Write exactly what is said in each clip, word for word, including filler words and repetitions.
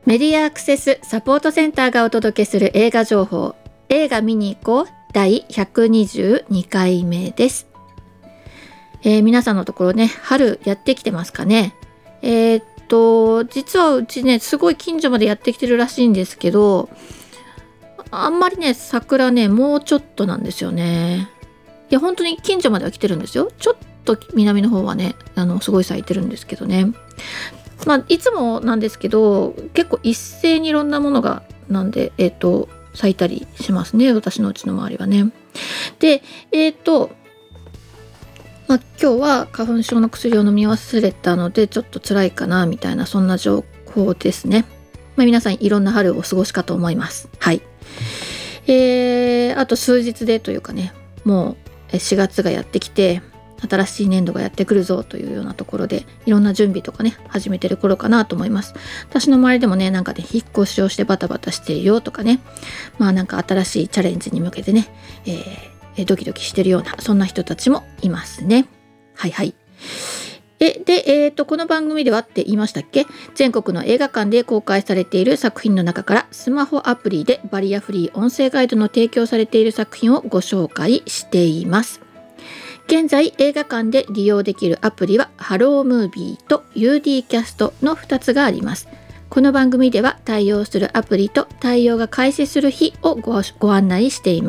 メディアアクセスサポートセンターがお届けする映画情報、映画見に行こうだいひゃくにじゅうにかいめです。えー、皆さんのところね、春やってきてますかね。えー、っと実はうちね、すごい近所までやってきてるらしいんですけど、あんまりね、桜ね、もうちょっとなんですよね。いや、本当に近所までは来てるんですよ。ちょっと南の方はね、あのすごい咲いてるんですけどね。まあ、いつもなんですけど、結構一斉にいろんなものがなんで、えっと咲いたりしますね、私のうちの周りはね。で、えっとまあ、今日は花粉症の薬を飲み忘れたのでちょっと辛いかなみたいな、そんな情報ですね。まあ、皆さんいろんな春をお過ごしかと思います。はい。えー、あと数日でというかね、もうしがつがやってきて、新しい年度がやってくるぞというようなところで、いろんな準備とかね、始めてる頃かなと思います。私の周りでもね、なんかね、引っ越しをしてバタバタしてるよとかね、まあなんか新しいチャレンジに向けてね、えー、ドキドキしてるような、そんな人たちもいますね。はいはい。えで、えーと、この番組ではって言いましたっけ？全国の映画館で公開されている作品の中からスマホアプリでバリアフリー音声ガイドの提供されている作品をご紹介しています。現在映画館で利用できるアプリはハロームービーと ユーディー キャストのふたつがあります。この番組では対応するアプリと対応が開始する日を ご, ご案内しています。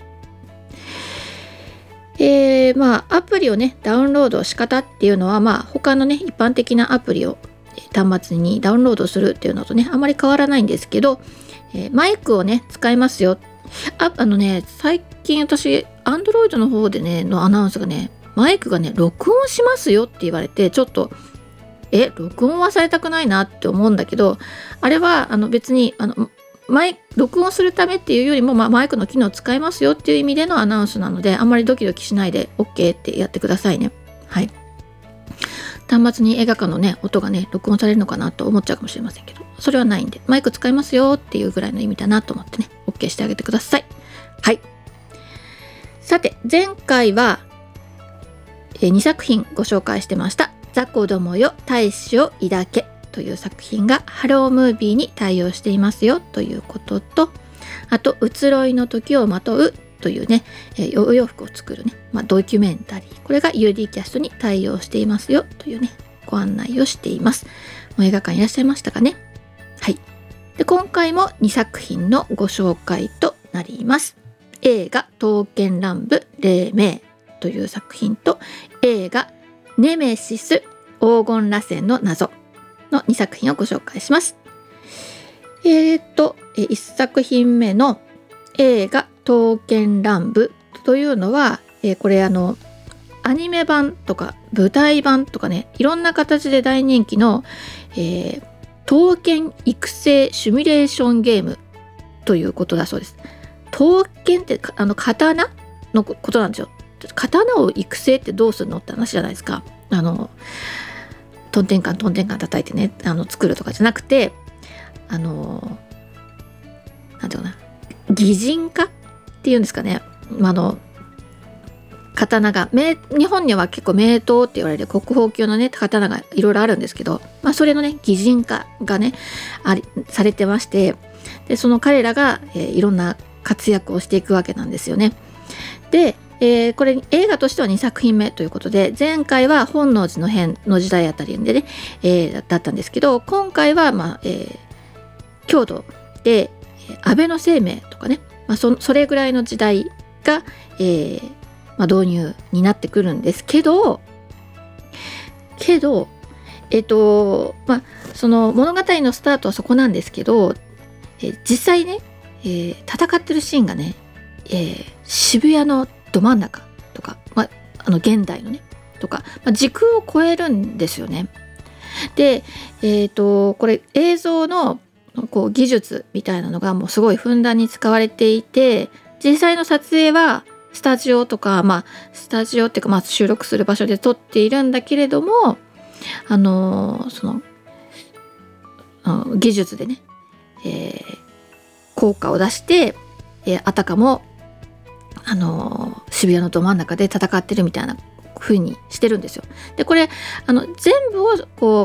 えー、まあアプリをねダウンロード仕方っていうのは、まあ他のね一般的なアプリを端末にダウンロードするっていうのとねあまり変わらないんですけど、えー、マイクをね使いますよ。あ, あのね最近私アンドロイドの方でねのアナウンスがね、マイクがね録音しますよって言われて、ちょっとえ録音はされたくないなって思うんだけど、あれはあの別にあのマイ録音するためっていうよりも、まあ、マイクの機能を使いますよっていう意味でのアナウンスなので、あんまりドキドキしないで OK ってやってくださいね。はい。端末に映画館のね音がね録音されるのかなと思っちゃうかもしれませんけど、それはないんで、マイク使いますよっていうぐらいの意味だなと思ってね OK してあげてください。はい。さて前回はにさく品ご紹介してました。ザ子供よ大志を抱けという作品がハロームービーに対応していますよということと、あと移ろいの時をまとうというね、お洋服を作るね、まあ、ドキュメンタリー、これが ユーディー キャストに対応していますよというねご案内をしています。もう映画館いらっしゃいましたかね。はい。で今回もにさく品のご紹介となります。映画刀剣乱舞黎明という作品と、映画ネメシス黄金螺旋の謎のにさく品をご紹介します。えーといっさく品目の映画刀剣乱舞というのは、えー、これあのアニメ版とか舞台版とかね、いろんな形で大人気の、えー、刀剣育成シミュレーションゲームということだそうです。刀剣ってあの刀のことなんですよ。刀を育成ってどうするのって話じゃないですか。あのトンテンカントンテンカン叩いてねあの作るとかじゃなくて、あのなんていうかな、擬人化っていうんですかね。あの刀が日本には結構名刀って言われる国宝級のね刀がいろいろあるんですけど、まあ、それのね擬人化がねありされてまして、でその彼らが、えー、いろんな活躍をしていくわけなんですよね。で、えー、これ映画としてはにさく品目ということで、前回は本能寺の変の時代あたりでね、えー、だったんですけど、今回は、まあえー、郷土で安倍晴明とかね、まあ、そ, それぐらいの時代が、えーまあ、導入になってくるんですけどけどえっ、ー、とまあその物語のスタートはそこなんですけど、えー、実際ね、えー、戦ってるシーンがね、えー、渋谷のど真ん中とか、まあ、あの現代のねとか、まあ、時空を超えるんですよね。で、えーと、これ映像のこう技術みたいなのがもうすごいふんだんに使われていて、実際の撮影はスタジオとか、まあスタジオっていうか、まあ、収録する場所で撮っているんだけれども、あのそのあの技術でね、えー、効果を出して、えー、あたかもあの渋谷のど真ん中で戦ってるみたいな風にしてるんですよ。でこれあの全部をこう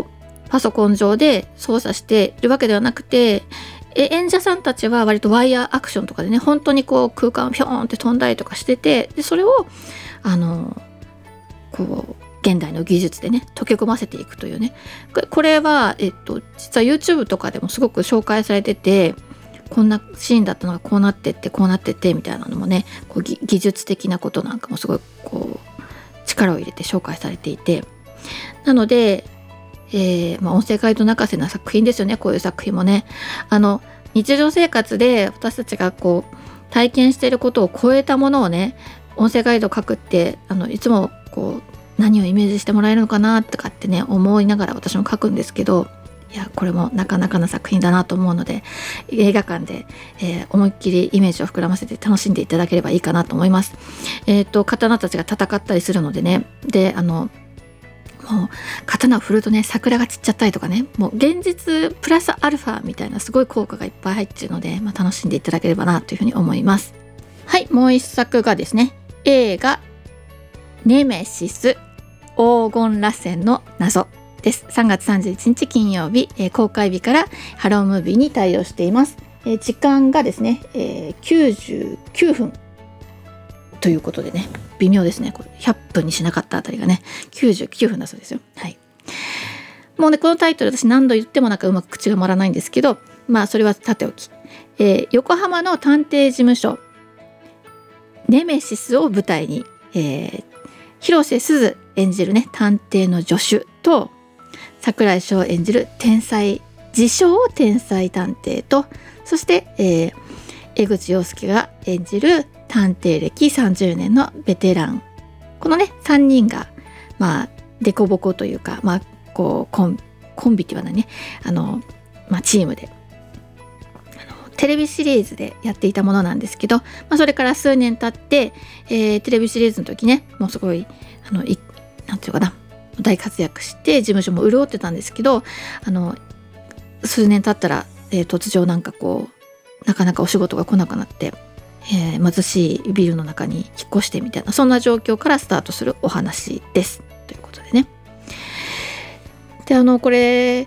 パソコン上で操作しているわけではなくて、演者さんたちは割とワイヤーアクションとかでね、本当にこう空間をピョーンって飛んだりとかしてて、でそれをあのこう現代の技術でね溶け込ませていくというね、これは、えっと、実は YouTube とかでもすごく紹介されてて、こんなシーンだったのがこうなってってこうなってってみたいなのもね、こう技術的なことなんかもすごいこう力を入れて紹介されていて、なのでえーまあ、音声ガイド泣かせな作品ですよね。こういう作品もね、あの日常生活で私たちがこう体験していることを超えたものをね、音声ガイド書くって、あのいつもこう何をイメージしてもらえるのかなとかってね思いながら私も書くんですけど、いやこれもなかなかな作品だなと思うので、映画館で、えー、思いっきりイメージを膨らませて楽しんでいただければいいかなと思います。えっと刀たちが戦ったりするのでね、であのもう刀を振るとね桜が散っちゃったりとかね、もう現実プラスアルファみたいなすごい効果がいっぱい入っているので、まあ、楽しんでいただければなというふうに思います。はい、もう一作がですね、映画ネメシス黄金螺旋の謎です。さんがつさんじゅういちにち金曜日、えー、公開日からハロームービーに対応しています。えー、時間がですね、えー、きゅうじゅうきゅうふんということでね、微妙ですね。これひゃっぷんにしなかったあたりがねきゅうじゅうきゅうふんだそうですよ。はい。もうねこのタイトル私何度言ってもなんかうまく口が回らないんですけど、まあそれはさておき、えー、横浜の探偵事務所ネメシスを舞台に、えー、広瀬すず演じるね探偵の助手と櫻井翔演じる天才自称天才探偵と、そして、えー、江口洋介が演じる探偵歴さんじゅうねんのベテラン、このねさんにんがまあデコボコというか、まあこうコンコンビって言わないね、あの、まあ、チームであのテレビシリーズでやっていたものなんですけど、まあ、それから数年経って、えー、テレビシリーズの時ねもうすごいあのいなんていうかな大活躍して事務所も潤ってたんですけど、あの数年経ったら、えー、突如なんかこうなかなかお仕事が来なくなって、えー、貧しいビルの中に引っ越してみたいな、そんな状況からスタートするお話ですということでね。であのこれ、え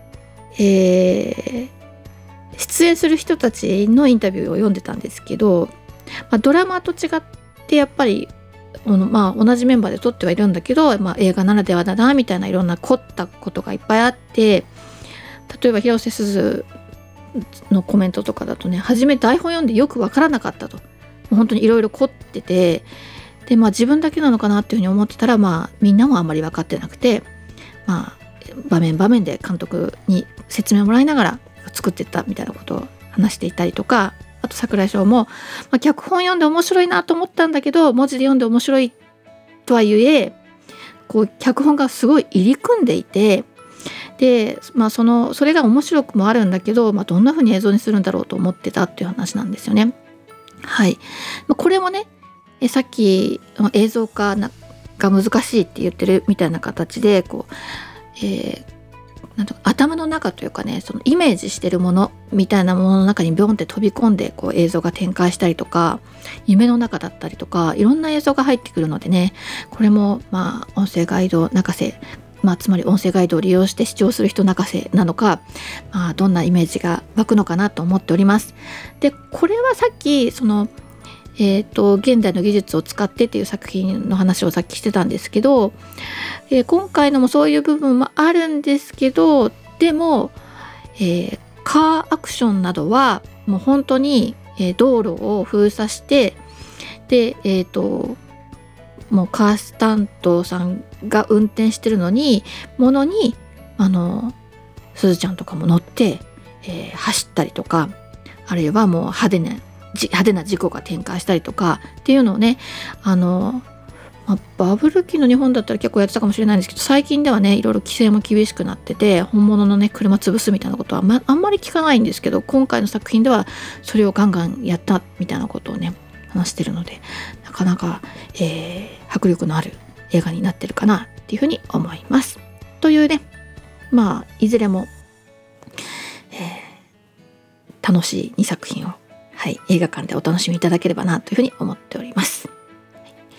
ー、出演する人たちのインタビューを読んでたんですけど、まあ、ドラマと違ってやっぱりまあ、同じメンバーで撮ってはいるんだけど、まあ、映画ならではだなみたいないろんな凝ったことがいっぱいあって、例えば広瀬すずのコメントとかだとね、初め台本読んでよく分からなかったと、もう本当にいろいろ凝ってて、で、まあ、自分だけなのかなっていうふうに思ってたら、まあ、みんなもあんまり分かってなくて、まあ、場面場面で監督に説明をもらいながら作っていったみたいなことを話していたりとか、あと櫻井翔も、まあ、脚本読んで面白いなと思ったんだけど文字で読んで面白いとはいえこう脚本がすごい入り組んでいて、で、まあ、そのそれが面白くもあるんだけど、まあ、どんな風に映像にするんだろうと思ってたっていう話なんですよね。はい、まあ、これもねえさっき映像化が難しいって言ってるみたいな形でこう、えーなんと頭の中というかね、そのイメージしてるものみたいなものの中にビョンって飛び込んでこう映像が展開したりとか、夢の中だったりとかいろんな映像が入ってくるのでね、これもまあ音声ガイド泣かせ、まあ、つまり音声ガイドを利用して視聴する人泣かせなのか、まあ、どんなイメージが湧くのかなと思っております。でこれはさっきそのえーと、現代の技術を使ってっていう作品の話をさっきしてたんですけど、えー、今回のもそういう部分もあるんですけど、でも、えー、カーアクションなどはもう本当に、えー、道路を封鎖してで、えーと、もうカースタントさんが運転してるのにものにあのすずちゃんとかも乗って、えー、走ったりとか、あるいはもう派手な派手な事故が展開したりとかっていうのをね、あの、まあ、バブル期の日本だったら結構やってたかもしれないんですけど、最近ではねいろいろ規制も厳しくなってて本物のね車潰すみたいなことは、まあんまり聞かないんですけど、今回の作品ではそれをガンガンやったみたいなことをね話してるので、なかなか、えー、迫力のある映画になってるかなっていうふうに思います。というね、まあいずれも、えー、楽しいにさく品をはい、映画館でお楽しみいただければなというふうに思っております。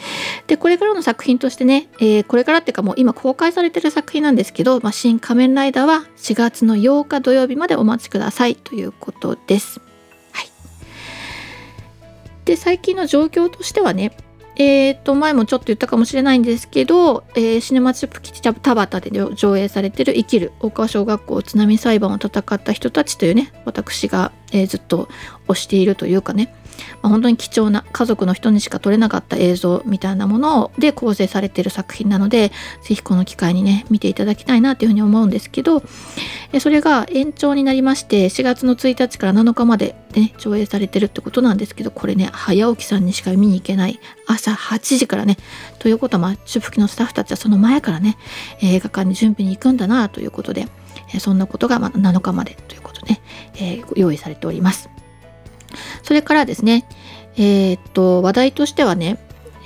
でこれからの作品としてね、えー、これからっていうかもう今公開されてる作品なんですけど、まあ、新仮面ライダーはしがつのようか土曜日までお待ちくださいということです。はい、で最近の状況としてはね、えー、と前もちょっと言ったかもしれないんですけど、えー、シネマチップ基地田端で上映されている生きる大川小学校津波裁判を戦った人たちというね、私が、えー、ずっと推しているというかね、まあ、本当に貴重な家族の人にしか撮れなかった映像みたいなもので構成されている作品なので、ぜひこの機会にね見ていただきたいなというふうに思うんですけど、えそれが延長になりましてしがつのついたちからなのかまでで、ね、上映されてるってことなんですけど、これね早起きさんにしか見に行けない朝はちじからね、ということはまあ主吹きのスタッフたちはその前からね映画館に準備に行くんだなということで、えそんなことがまあなのかまでということで、ねえー、用意されております。それからですね、えー、っと話題としてはね、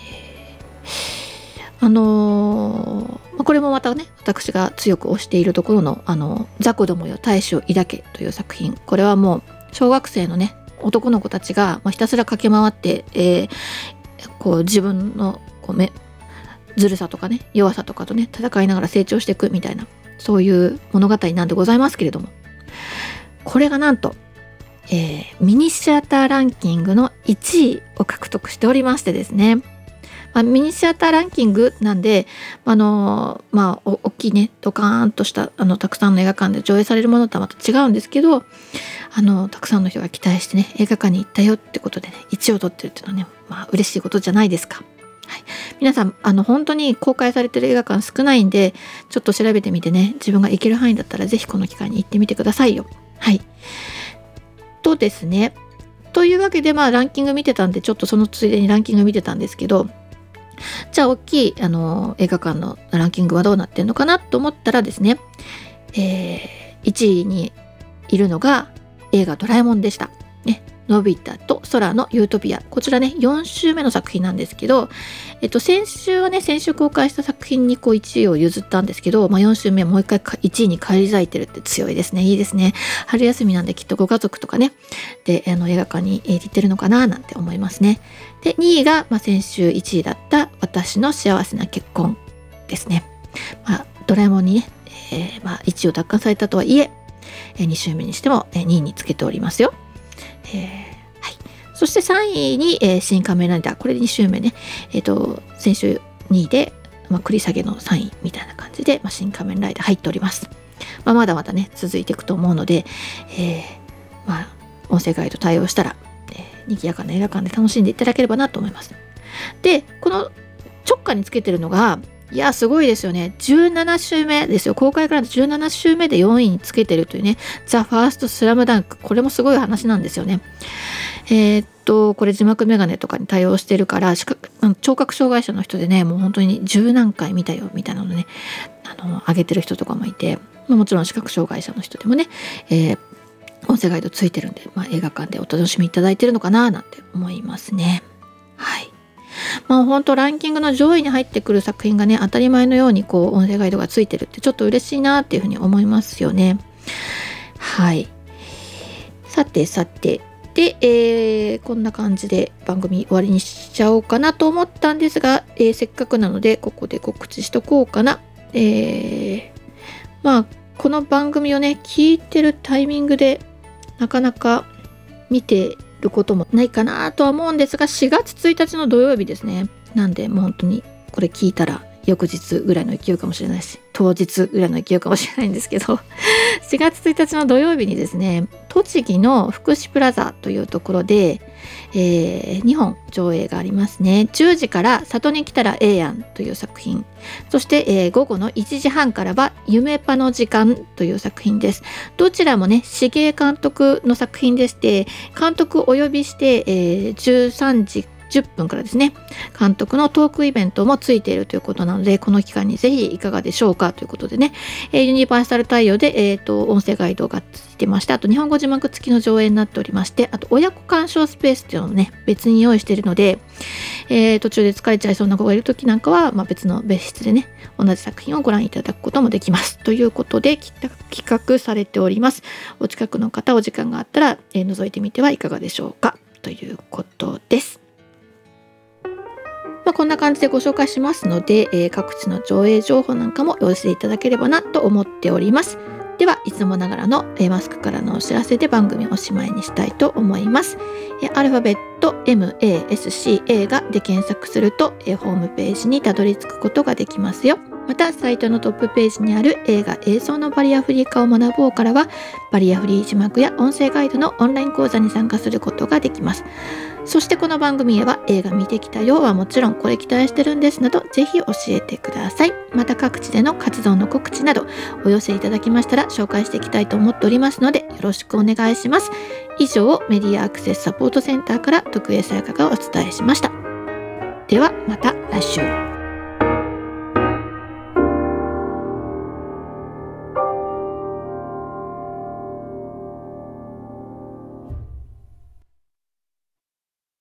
えー、あのー、これもまたね私が強く推しているところのあの雑魚どもよ大志を抱けという作品、これはもう小学生のね男の子たちが、まあ、ひたすら駆け回って、えー、こう自分のこうめずるさとかね弱さとかとね戦いながら成長していくみたいな、そういう物語なんでございますけれども、これがなんとえー、ミニシアターランキングのいちいを獲得しておりましてですね、まあ、ミニシアターランキングなんで、あのー、まあ大きいねドカーンとしたあのたくさんの映画館で上映されるものとはまた違うんですけど、あのたくさんの人が期待してね映画館に行ったよってことでねいちいを取ってるっていうのはね、まあ嬉しいことじゃないですか。はい、皆さんあの本当に公開されてる映画館少ないんで、ちょっと調べてみてね、自分が行ける範囲だったらぜひこの機会に行ってみてくださいよ。はい。とですね、というわけでまあランキング見てたんで、ちょっとそのついでにランキング見てたんですけど、じゃあ大きいあの映画館のランキングはどうなってんのかなと思ったらですね、えー、いちいにいるのが映画ドラえもんでした。ね、のび太と空のユートピア、こちらねよん週目の作品なんですけど、えっと先週はね先週公開した作品にこういちいを譲ったんですけど、まあ、よん週目もう一回いちいに返り咲いてるって強いですね。いいですね。春休みなんできっとご家族とかねであの映画館に行ってるのかななんて思いますね。でにいが、まあ、先週いちいだった私の幸せな結婚ですね。まあ、ドラえもんにね、えーまあ、いちいを奪還されたとはいえに週目にしてもにいにつけておりますよ。えーはい、そしてさんいに、えー、新仮面ライダー、これに週目ね、えー、と先週にいで、まあ、繰り下げのさんいみたいな感じで、まあ、新仮面ライダー入っております。まあ、まだまだね続いていくと思うので、えーまあ、音声ガイド対応したら、えー、賑やかな映画館で楽しんでいただければなと思います。でこの直下につけてるのが、いやすごいですよね。じゅうなな週目ですよ。公開からじゅうなな週目でよんいにつけてるというね、ザ・ファーストスラムダンク、これもすごい話なんですよね。えー、っとこれ字幕メガネとかに対応してるから、聴覚障害者の人でねもう本当に十何回見たよみたいなのね、あの上げてる人とかもいて、もちろん視覚障害者の人でもね、えー、音声ガイドついてるんで、まあ、映画館でお楽しみいただいてるのかななんて思いますね。はい。まあ本当ランキングの上位に入ってくる作品がね当たり前のようにこう音声ガイドがついてるってちょっと嬉しいなっていうふうに思いますよね。はい。さてさてで、えー、こんな感じで番組終わりにしちゃおうかなと思ったんですが、えー、せっかくなのでここで告知しとこうかな。えー、まあこの番組をね聞いてるタイミングでなかなか見てることもないかなとは思うんですが、しがつついたちの土曜日ですね。なんでもう本当にこれ聞いたら翌日ぐらいの勢いかもしれないし、当日ぐらいの勢いかもしれないんですけどしがつついたちの土曜日にですね、栃木の福祉プラザというところで、えー、にほん上映がありますね。じゅうじから里に来たらええやんという作品、そして、えー、午後のいちじはんからは夢パの時間という作品です。どちらもね重江監督の作品でして、監督お呼びして、えー、じゅうさんじじゅっぷんからですね監督のトークイベントもついているということなので、この期間にぜひいかがでしょうかということでね、えー、ユニバーサル対応で、えー、と音声ガイドがついてまして、あと日本語字幕付きの上映になっておりまして、あと親子鑑賞スペースっていうのをね別に用意しているので、えー、途中で疲れちゃいそうな子がいる時なんかは、まあ、別の別室でね同じ作品をご覧いただくこともできますということで企画されております。お近くの方お時間があったら、えー、覗いてみてはいかがでしょうかということです。 まあ、こんな感じでご紹介しますので、えー、各地の上映情報なんかもお寄せいただければなと思っております。ではいつもながらの、えー、マスクからのお知らせで番組をおしまいにしたいと思います。えー、アルファベット エムエーエスシーエー がで検索すると、えー、ホームページにたどり着くことができますよ。またサイトのトップページにある映画映像のバリアフリー化を学ぼうからは、バリアフリー字幕や音声ガイドのオンライン講座に参加することができます。そしてこの番組へは映画見てきたよはもちろん、これ期待してるんですなどぜひ教えてください。また各地での活動の告知などお寄せいただきましたら紹介していきたいと思っておりますので、よろしくお願いします。以上、メディアアクセスサポートセンターから徳江さやかがお伝えしました。ではまた来週。